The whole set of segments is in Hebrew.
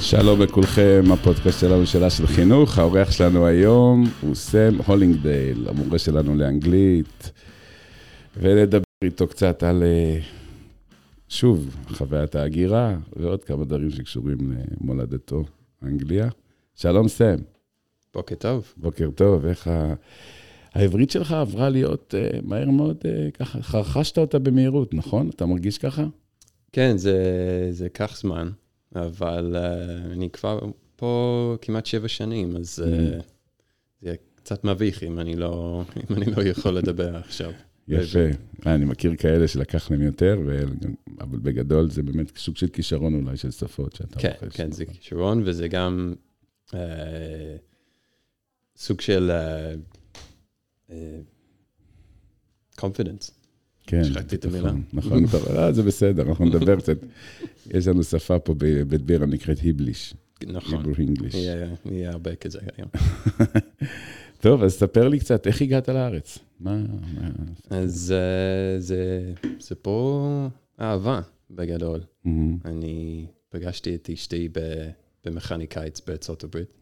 שלום לכולכם, הפודקאסט שלנו שאלה של חינוך. האורח שלנו היום הוא סם הולינגדייל, המורה שלנו לאנגלית, ונדבר איתו קצת על, שוב, חוויית ההגירה, ועוד כמה דברים שקשורים למולדתו, אנגליה. שלום סם. בוקר טוב. בוקר טוב, איך העברית שלך עברה להיות מהר מאוד, ככה, חרחשת אותה במהירות, נכון? אתה מרגיש ככה? כן, זה כך זמן, אבל אני כבר פה כמעט 7 שנים, אז זה קצת מביך אם אני לא יכול לדבר עכשיו. יפה. אני מכיר כאלה שלקח להם יותר, אבל בגדול זה באמת סוג של כישרון אולי של שפות שאתה רוכש. כן, זה כישרון, וזה גם סוג של confidence. כן, שכחתי את המילה. נכון, זה בסדר, אנחנו נדבר קצת. יש לנו שפה פה בבית בירה נקראת היבליש. נכון. היברו אינגליש. יהיה הרבה כזה היום. טוב, אז ספר לי קצת, איך הגעת לארץ? אז זה פה אהבה בגדול. אני פגשתי את אשתי במכניקאית בארצות הברית.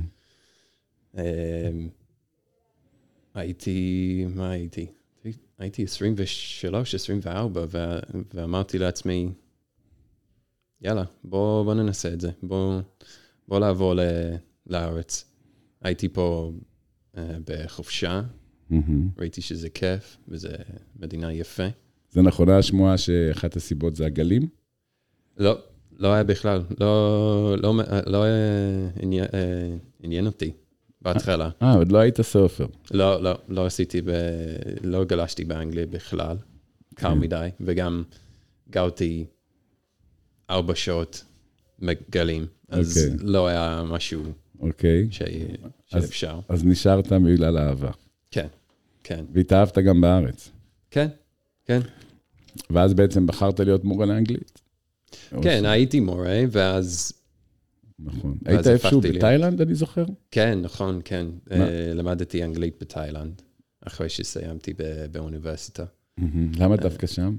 הייתי 23, 24, ואמרתי לעצמי, יאללה, בוא ננסה את זה, בוא לעבור לארץ. הייתי פה בחופשה, ראיתי שזה כיף, וזה מדינה יפה. זה נכונה השמועה שאחת הסיבות זה הגלים? לא היה בכלל, לא עניין אותי. בהתחלה. עוד לא היית סופר. לא עשיתי, לא גלשתי באנגליה בכלל, קר מדי, וגם גרתי 4 שעות מגלים, אז לא היה משהו שאפשר. אז נשארת בגלל אהבה. כן. והתאהבת גם בארץ. כן. ואז בעצם בחרת להיות מורה לאנגלית. כן, הייתי מורה, ואז נכון. היית איפשהו בתאילנד, אני זוכר? כן, נכון, כן. למדתי אנגלית בתאילנד, אחרי שסיימתי באוניברסיטה. למה דווקא שם?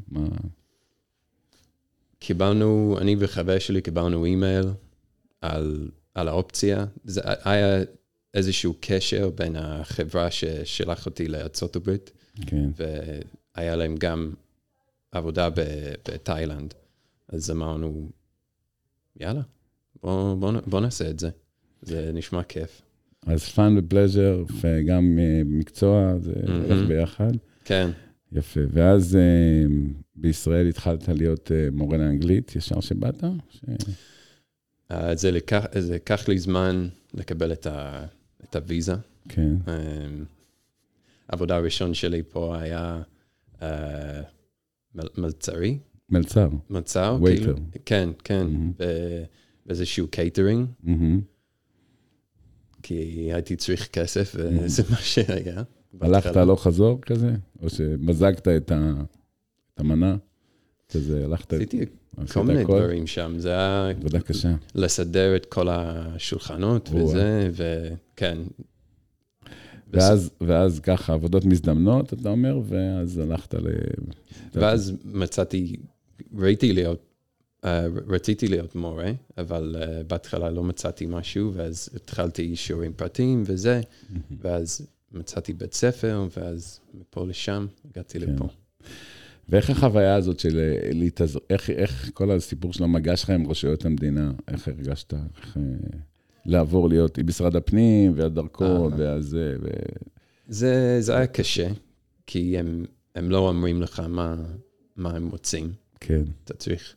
קיבלנו, אני וחבר שלי קיבלנו אימייל על האופציה. זה היה איזשהו קשר בין החברה ששלח אותי לארצות הברית, והיה להם גם עבודה בתאילנד. אז אמרנו, יאללה. בוא נעשה את זה. זה נשמע כיף. אז fun ופלז'ר, וגם מקצוע, זה הולך ביחד. כן. יפה. ואז בישראל התחלת להיות מורה לאנגלית, ישר שבאת? זה לקח לי זמן לקבל את הוויזה. כן. העבודה הראשון שלי פה היה מלצרי. מלצר. מלצר. ווייטר. כן. באיזשהו קייטרינג, כי הייתי צריך כסף, וזה מה שהיה. הלכת לא חזור כזה? או שמזגת את המנה? כזה הלכת... עשיתי כל מיני דברים שם, זה היה... עבודה קשה. לסדר את כל השולחנות וזה, וכן. ואז ככה, עבודות מזדמנות, אתה אומר, ואז הלכת ואז רציתי להיות מורה, אבל בהתחלה לא מצאתי משהו, ואז התחלתי שיעורים פרטיים וזה, ואז מצאתי בית ספר, ואז מפה לשם הגעתי לפה. ואיך החוויה הזאת של איך כל הסיפור של המגע שלך עם רשויות המדינה, איך הרגשת? לעבור להיות עם משרד הפנים, והדרכון, והזה, זה היה קשה, כי הם לא אומרים לך מה הם רוצים. כן. אתה צריך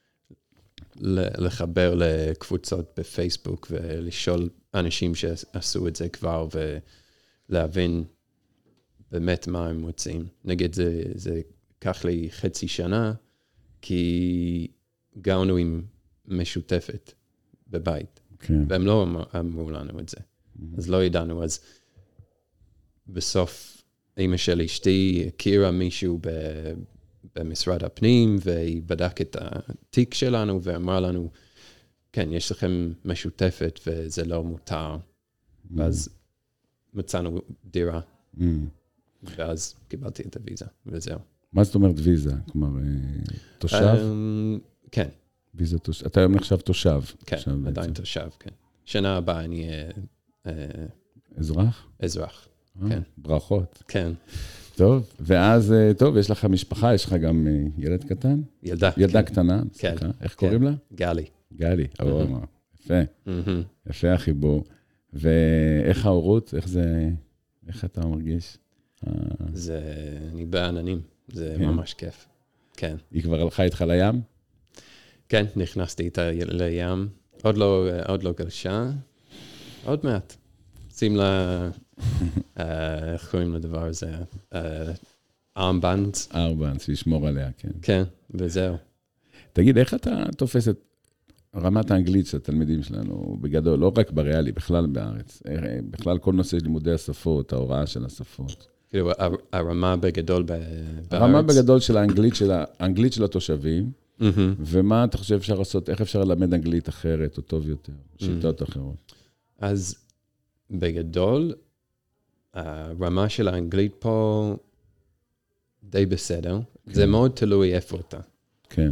לחבר לקבוצות בפייסבוק, ולשאול אנשים שעשו את זה כבר, ולהבין באמת מה הם רוצים. נגיד, זה לקח לי חצי שנה, כי גרנו עם משותפת בבית. והם לא אמרו לנו את זה. אז לא ידענו. אז בסוף, אמא של אשתי הכירה מישהו במשרד הפנים, והיא בדק את התיק שלנו, ואמרה לנו, כן, יש לכם משותפת, וזה לא מותר. ואז מצאנו דירה, ואז קיבלתי את הוויזה, וזהו. מה זאת אומרת ויזה? כלומר, תושב? כן. ויזה תושב. אתה היום נחשב תושב. כן, עדיין תושב, כן. שנה הבאה אני אזרח? אזרח, כן. ברכות. כן. טוב, ואז, טוב, יש לך משפחה, יש לך גם ילד קטן? ילדה. ילדה קטנה, כן. איך קוראים לה? גלי. גלי, יפה. יפה החיבור. ואיך ההורות? איך אתה מרגיש? אני בעננים, זה ממש כיף. כן. היא כבר הלכה איתך לים? כן, נכנסתי איתה לים. עוד לא גלשה. עוד מעט. שים לה, איך קוראים לדבר הזה? ארמבנד. ארמבנד, שישמור עליה, כן. כן, וזהו. תגיד, איך אתה תופס את רמת האנגלית של התלמידים שלנו בגדול, לא רק בריאלי, בכלל בארץ, בכלל כל נושא לימודי השפות, ההוראה של השפות. כאילו, הרמה בגדול בארץ. הרמה בגדול של האנגלית של התושבים, ומה אתה חושב אפשר לעשות, איך אפשר ללמד אנגלית אחרת או טוב יותר, שיטות אחרות? אז בגדול, הרמה של האנגלית פה די בסדר. זה מאוד תלוי איפה אתה. כן.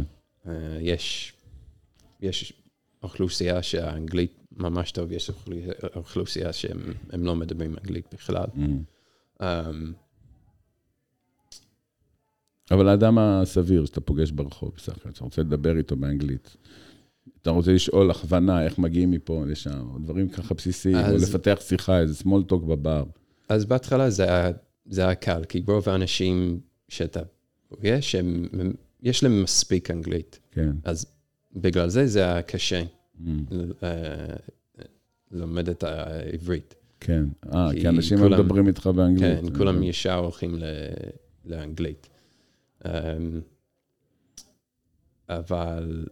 יש אוכלוסייה שהאנגלית ממש טוב, יש אוכלוסייה שהם לא מדברים אנגלית בכלל. אבל האדם הסביר שאתה פוגש ברחוב, אתה רוצה לדבר איתו באנגלית, אתה רוצה לשאול הכוונה, איך מגיעים מפה לשם, או דברים ככה בסיסיים, או לפתח שיחה, איזה small talk בבר. אז בהתחלה זה היה קל, כי רוב האנשים שאתה פוגש, יש להם מספיק אנגלית. כן. אז בגלל זה היה קשה ללמד את העברית. כן, כי אנשים לא מדברים איתך באנגלית. כן, כולם ישר הולכים לאנגלית. אבל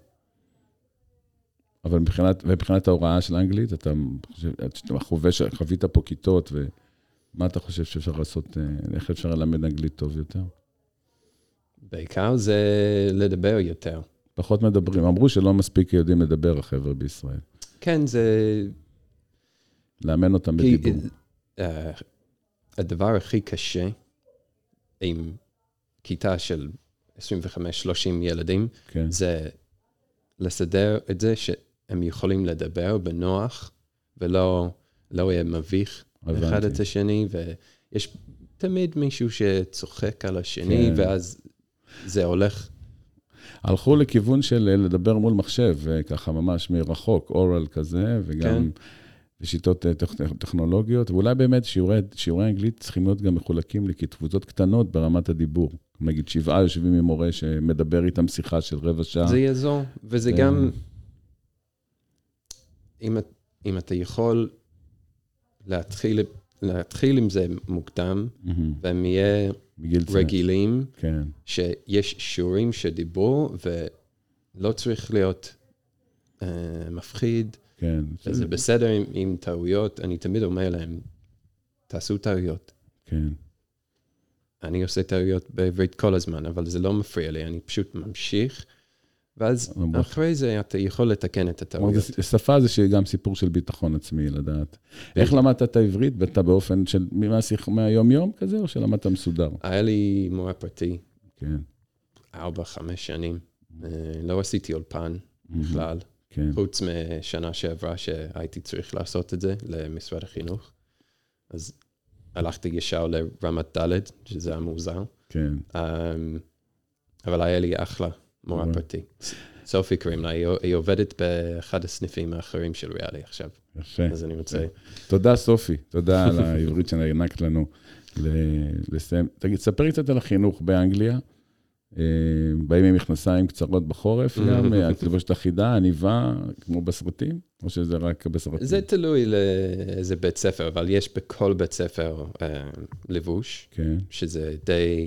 מבחינת ההוראה של האנגלית, אתה חווית פה כיתות, ומה אתה חושב שאפשר לעשות, איך אפשר ללמד אנגלית טוב יותר? בעיקר זה לדבר יותר. פחות מדברים. אמרו שלא מספיק יודעים לדבר החבר'ה בישראל. כן, זה לאמן אותם בדיבור. הדבר הכי קשה עם כיתה של 25-30 ילדים, זה לסדר את זה שהם יכולים לדבר בנוח, ולא יהיה מביך אחד את השני, ויש תמיד מישהו שצוחק על השני, ואז זה הולך. הלכו לכיוון של לדבר מול מחשב, ככה ממש מרחוק, אורל כזה, וגם בשיטות טכנולוגיות, ואולי באמת שיעורי האנגלית צריכים להיות גם מחולקים לקבוצות קטנות ברמת הדיבור. נגיד 7 יושבים עם מורה שמדבר איתם שיחה של רבע שעה. זה יעזור, וזה גם, אם אתה יכול להתחיל עם זה מוקדם, והם יהיה רגילים, שיש שיעורים שדיבור, ולא צריך להיות מפחיד, וזה בסדר עם טעויות, אני תמיד אומר להם, תעשו טעויות. כן. אני עושה טעויות בעברית כל הזמן, אבל זה לא מפריע לי, אני פשוט ממשיך, ואז אחרי זה אתה יכול לתקן את הטעויות. שפה זה גם סיפור של ביטחון עצמי, לדעת. איך למדת את העברית? ואתה באופן של מהיום-יום כזה, או שלמדת מסודר? היה לי מורה פרטי. כן. 4-5 שנים. לא עשיתי אולפן בכלל. חוץ משנה שעברה שהייתי צריך לעשות את זה למשרד החינוך. אז הלכתי ישר לרמת ד', שזה היה מוזר. כן. אבל היה לי אחלה מורה פרטי. סופי קוראים לה, היא עובדת באחד הסניפים האחרים של ריאלי עכשיו. יפה. אז אני רוצה. תודה סופי, תודה על העברית שנענקת לנו לסיים. תגיד, ספר קצת על החינוך באנגליה, באים עם מכנסיים קצרות בחורף גם, התלבושת אחידה, עניבה, כמו בסרטים, או שזה רק בסרטים? זה תלוי לאיזה בית ספר, אבל יש בכל בית ספר לבוש, שזה די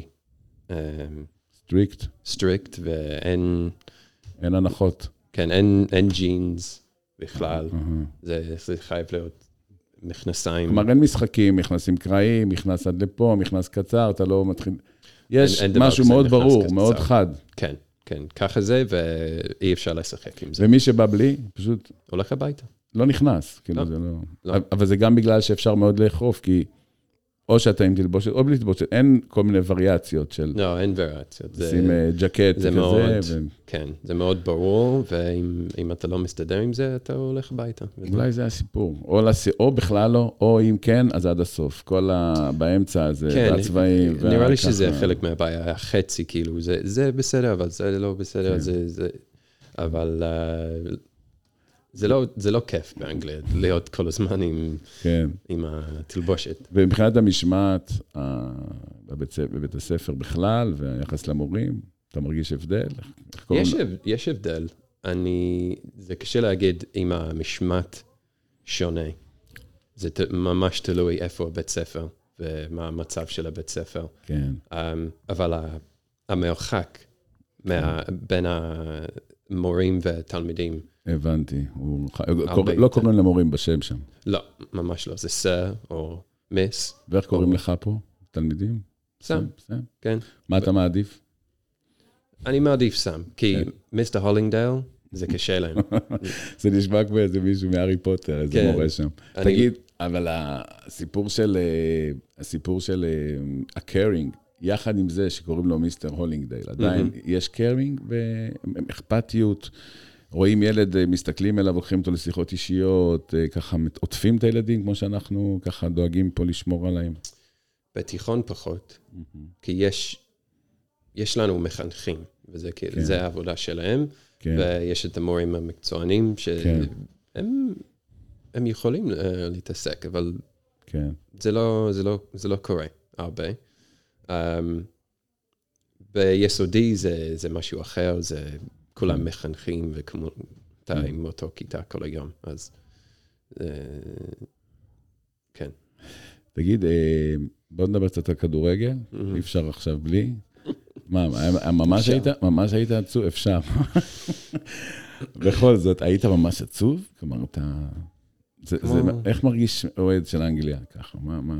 סטריקט, ואין הנחות. כן, אין ג'ינס בכלל, זה חייב להיות מכנסיים. כלומר, אין משחקים, מכנסים קרעים, מכנס עד לפה, מכנס קצר, אתה לא מתחיל... יש משהו מאוד ברור, מאוד חד. כן, כן, ככה זה, ואי אפשר לשחק עם זה. ומי שבא בלי, פשוט... הולך הביתה. לא נכנס, כאילו זה לא... אבל זה גם בגלל שאפשר מאוד לאכוף, כי או שאתה עם תלבושת, או בלי תלבושת, אין כל מיני וריאציות של... לא, אין וריאציות. שים ג'קט כזה. כן, זה מאוד ברור, ואם אתה לא מסתדר עם זה, אתה הולך הביתה. אולי זה הסיפור. או בכלל לא, או אם כן, אז עד הסוף. כל באמצע הזה, והצבעים. נראה לי שזה חלק מהבעיה, החצי, כאילו, זה בסדר, אבל זה לא בסדר, אבל... זה לא כיף באנגליה, להיות כל הזמן עם התלבושת. ומבחינת המשמעת בבית הספר בכלל, והיחס למורים, אתה מרגיש הבדל? יש הבדל. זה קשה להגיד אם המשמעת שונה. זה ממש תלוי איפה הבית ספר, ומה המצב של הבית ספר. כן. אבל המרחק בין המורים והתלמידים, הבנתי. לא קוראים למורים בשם שם. לא, ממש לא. זה סר או מיס. ואיך קוראים לך פה? תלמידים? סם. כן. מה אתה מעדיף? אני מעדיף סם, כי מיסטר הולינגדייל, זה קשה להם. זה נשמע כמו איזה מישהו מהארי פוטר, איזה מורה שם. תגיד, אבל הסיפור של הקרינג, יחד עם זה שקוראים לו מיסטר הולינגדייל, עדיין יש קרינג ואכפתיות, רואים ילד, מסתכלים אליו, לוקחים אותו לשיחות אישיות, ככה עוטפים את הילדים, כמו שאנחנו ככה דואגים פה לשמור עליהם. בתיכון פחות, כי יש לנו מחנכים, וזה העבודה שלהם, ויש את המורים המקצוענים, שהם יכולים להתעסק, אבל זה לא קורה הרבה. ביסודי זה משהו אחר, זה כולם מחנכים, וכמו אתה עם אותו כיתה כל היום, אז כן. תגיד, בוא נדבר קצת על כדורגל, אי אפשר עכשיו בלי. מה, ממש היית עצוב? אפשר. בכל זאת, היית ממש עצוב? כלומר, אתה... איך מרגיש אוהד של אנגליה ככה?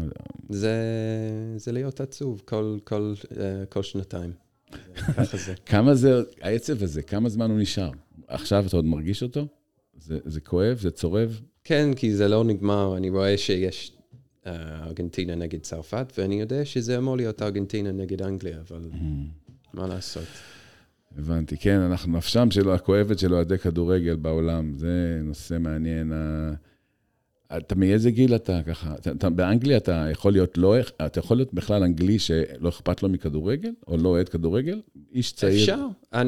זה להיות עצוב כל שנתיים. ככה זה. כמה זה, העצב הזה, כמה זמן הוא נשאר? עכשיו אתה עוד מרגיש אותו? זה כואב? זה צורב? כן, כי זה לא נגמר. אני רואה שיש ארגנטינה נגד צרפת, ואני יודע שזה אמור להיות ארגנטינה נגד אנגליה, אבל מה לעשות? הבנתי, כן, אנחנו נפשם שלו, הכואבת שלו, עדי כדורגל בעולם, זה נושא מעניין. אתה מאיזה גיל אתה ככה? באנגליה אתה יכול להיות אתה יכול להיות בכלל אנגלי שלא אכפת לו מכדורגל, או לא אוהד כדורגל? איש צעיר. אפשר.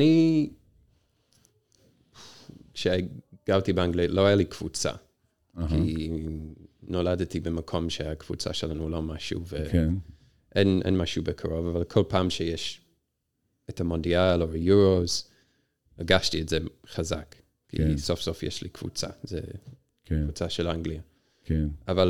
כשגרתי באנגליה, לא היה לי קבוצה. כי נולדתי במקום שהקבוצה שלנו לא משהו, ואין משהו בקרוב, אבל כל פעם שיש את המונדיאל או היורוס, הגשתי את זה חזק. כי סוף סוף יש לי קבוצה. זה קבוצה של אנגליה. כן. אבל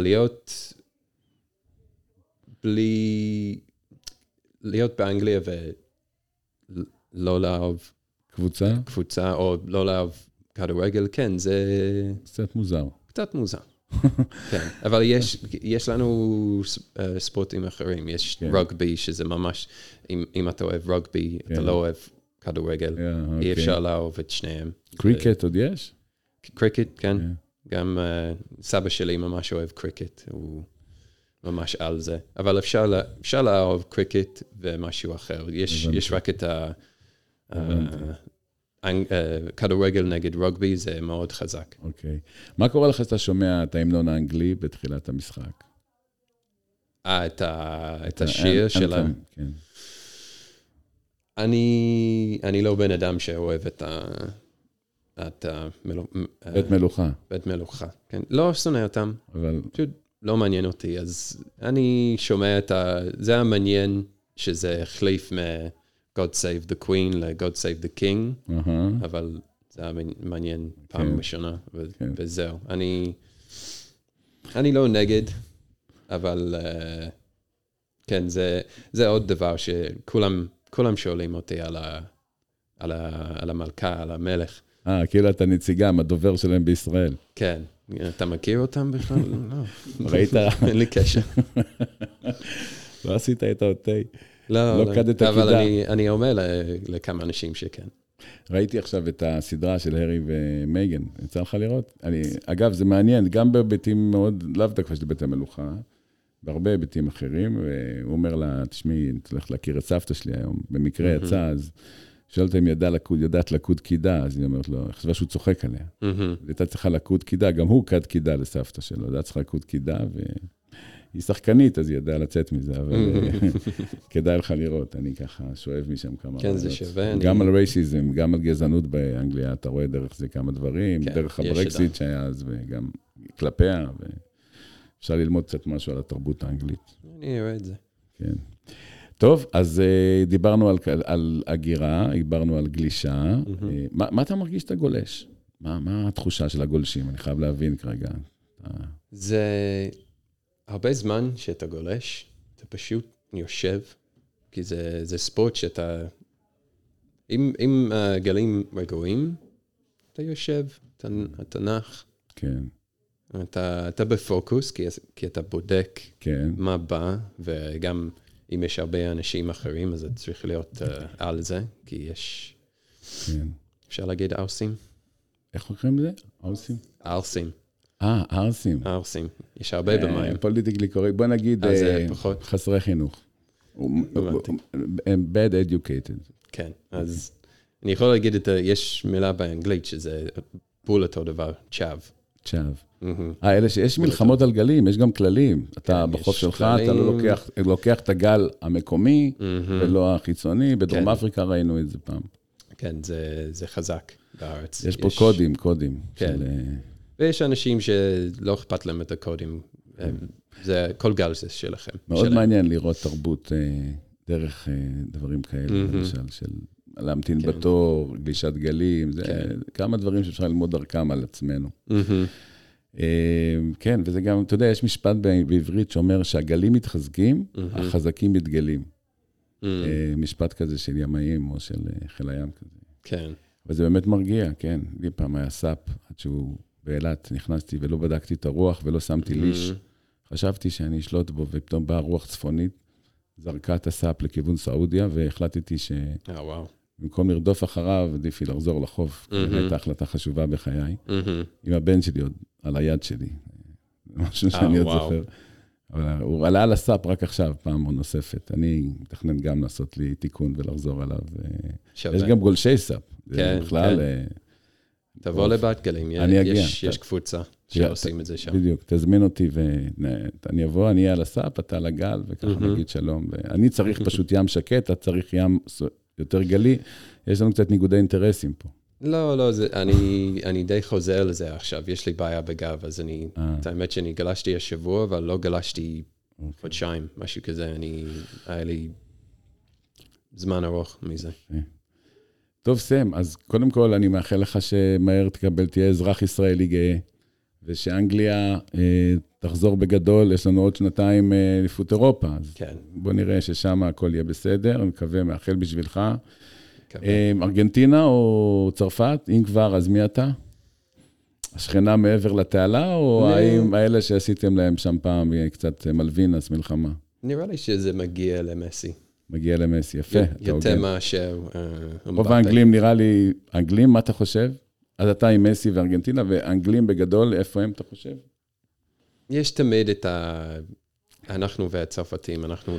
להיות באנגליה ולא לאהוב קבוצה, או לא לאהוב כדורגל, כן, זה... קצת מוזר. קצת מוזר. כן, אבל יש לנו ספורטים אחרים. יש רוגבי, שזה ממש, אם אתה אוהב רוגבי, אתה לא אוהב כדורגל, אי אפשר לאהוב את שניהם. קריקט עוד יש? קריקט, כן. גם סבא שלי ממש אוהב קריקט, הוא ממש על זה. אבל אפשר לאהוב קריקט ומשהו אחר. יש רק את כדורגל נגד רוגבי, זה מאוד חזק. אוקיי. מה קורה לך שאתה שומע את ההמנון האנגלי בתחילת המשחק? את השיר שלה? כן. אני לא בן אדם שאוהב את בית מלוכה. בית מלוכה, כן. לא שונא אותם, פשוט לא מעניין אותי. אז אני שומע זה המעניין שזה החליף God Save the Queen ל-God Save the King, אבל זה מעניין פעם ראשונה, וזהו. אני לא נגד, אבל כן, זה עוד דבר שכולם שואלים אותי על המלכה, על המלך. כאילו אתה נציגם, הדובר שלהם בישראל. כן. אתה מכיר אותם בכלל? לא. ראית? אין לי קשר. לא עשית את האותי. לא, אבל אני אומר לכמה אנשים שכן. ראיתי עכשיו את הסדרה של הרי ומייגן. יצא לך לראות? אגב, זה מעניין, גם בביתים מאוד, לאו דווקא של בית המלוכה, בהרבה היבטים אחרים, והוא אומר לה, תשמעי, אני הולך להכיר את סבתא שלי היום, במקרה יצא, אז שואלת אם יודעת לקוד קידה, אז היא אומרת לו, חשבה שהוא צוחק עליה. הייתה צריכה לקוד קידה, גם הוא קד קידה לסבתא שלו, הייתה צריכה לקוד קידה, והיא שחקנית, אז היא ידעה לצאת מזה, אבל כדאי לך לראות, אני ככה שואב משם כמה... כן, זה שווה. גם על רייסיזם, גם על גזענות באנגליה, אתה רואה דרך זה כמה דברים, דרך הברקסיט שהיה אז, וגם כלפיה, אפשר ללמוד קצת משהו על התרבות האנגלית. אני רואה את זה. כן. טוב, אז דיברנו על הגירה, דיברנו על גלישה. מה אתה מרגיש שאתה גולש? מה התחושה של הגולשים? אני חייב להבין כרגע. זה הרבה זמן שאתה גולש, אתה פשוט יושב, כי זה ספורט שאתה... אם גלים רגועים, אתה יושב, אתה נח. כן. אתה בפוקוס, כי אתה בודק מה בא, וגם אם יש הרבה אנשים אחרים, אז אתה צריך להיות על זה, כי יש... אפשר להגיד ארסים? איך קוראים לזה? ארסים? ארסים. ארסים. ארסים. יש הרבה במים. פוליטיקלי קורקט. בוא נגיד חסרי חינוך. bad educated. כן, אז אני יכול להגיד יש מילה באנגלית שזה בול אותו דבר, צ'אב. צ'אב. אלה שיש מלחמות על גלים, יש גם כללים. אתה בחוף שלך, אתה לא לוקח את הגל המקומי, ולא החיצוני. בדרום אפריקה ראינו את זה פעם. כן, זה חזק בארץ. יש פה קודים. כן. ויש אנשים שלא אכפת להם את הקודים. כל גל זה שלכם. מאוד מעניין לראות תרבות דרך דברים כאלה, למשל, של להמתין בתור, גלישת גלים, זה כמה דברים שאפשר ללמוד דרכם על עצמנו. כן, וזה גם, אתה יודע, יש משפט בעברית שאומר שהגלים מתחזקים, החזקים מתגלים. משפט כזה של ימאים או של חיל הים כזה. כן. וזה באמת מרגיע, כן. לי פעם היה סאפ, עד שהוא באילת, נכנסתי ולא בדקתי את הרוח ולא שמתי ליש. חשבתי שאני אשלוט בו, ופתאום באה רוח צפונית, זרקה את הסאפ לכיוון סעודיה, והחלטתי במקום לרדוף אחריו, עדיפי לחזור לחוף. הייתה החלטה חשובה בחיי. עם הבן שלי עוד על היד שלי. משהו שאני עוד זוכר. הוא עלה על הסאפ רק עכשיו, פעם נוספת. אני מתכנן גם לעשות לי תיקון ולחזור עליו. יש גם גולשי סאפ. כן, כן. תבוא לבת גלים, יש קבוצה שעושים את זה שם. בדיוק, תזמין אותי ואני אבוא, אני אהיה על הסאפ, אתה על הגל, וככה נגיד שלום. אני צריך פשוט ים שקט, אתה צריך ים יותר גלי. יש לנו קצת ניגודי אינטרסים פה. לא, אני די חוזר לזה עכשיו, יש לי בעיה בגב, אז את האמת שאני גלשתי השבוע, אבל לא גלשתי חודשיים, משהו כזה, היה לי זמן ארוך מזה. טוב, סם, אז קודם כל אני מאחל לך שמהר תהיה אזרח ישראלי גאה, ושאנגליה תחזור בגדול, יש לנו עוד שנתיים אליפות אירופה, אז בוא נראה ששם הכל יהיה בסדר, אני מקווה, מאחל בשבילך. ארגנטינה או צרפת, אם כבר, אז מי אתה? השכנה מעבר לתעלה, או האם האלה שעשיתם להם שם פעם קצת מלווינס, מלחמה? נראה לי שזה מגיע למסי. מגיע למסי, יפה. יותר מאשר... רוב האנגלים נראה לי, אנגלים, מה אתה חושב? אז אתה עם מסי וארגנטינה, ואנגלים בגדול, איפה הם, אתה חושב? יש תמיד את אנחנו והצרפתים, אנחנו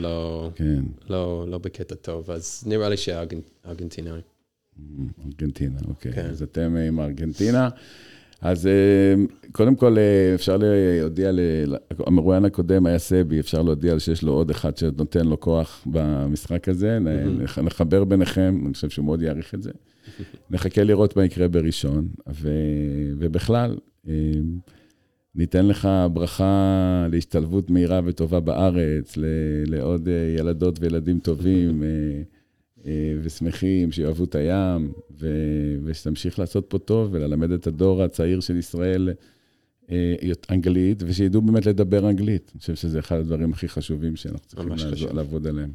לא בקטע טוב, אז נראה לי שהארגנטינה. ארגנטינה, אוקיי. אז אתם עם ארגנטינה. אז קודם כל אפשר להודיע, המרואיין הקודם היה סבי, אפשר להודיע שיש לו עוד אחד שנותן לו כוח במשחק הזה, נחבר ביניכם, אני חושב שהוא מאוד יעריך את זה. נחכה לראות מה יקרה בראשון, ובכלל, ניתן לך ברכה להשתלבות מהירה וטובה בארץ, לעוד ילדות וילדים טובים ושמחים, שיאהבו את הים, ושתמשיך לעשות פה טוב, וללמד את הדור הצעיר של ישראל אנגלית, ושידעו באמת לדבר אנגלית. אני חושב שזה אחד הדברים הכי חשובים שאנחנו צריכים לעבוד עליהם.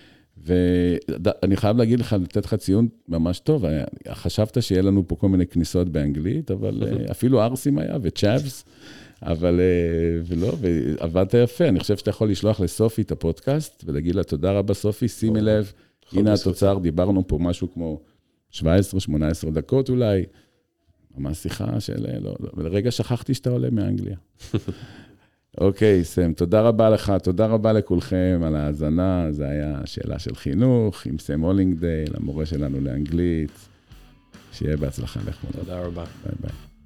ואני חייב להגיד לך, לתת לך ציון ממש טוב, חשבת שיהיה לנו פה כל מיני כניסות באנגלית, אבל אפילו ארסים היה וצ'אבס, אבל ולא, ועבדת יפה. אני חושב שאתה יכול לשלוח לסופי את הפודקאסט, ולהגיד לה, תודה רבה סופי, שימי לב, הנה התוצר, דיברנו פה משהו כמו 17-18 דקות אולי, ממש שיחה של, ולרגע שכחתי שאתה עולה מאנגליה. אוקיי, סם, תודה רבה לך, תודה רבה לכולכם על ההאזנה, זה היה שאלה של חינוך, עם סם הולינגדייל, המורה שלנו לאנגלית, שיהיה בהצלחה לכם. תודה רבה. ביי ביי.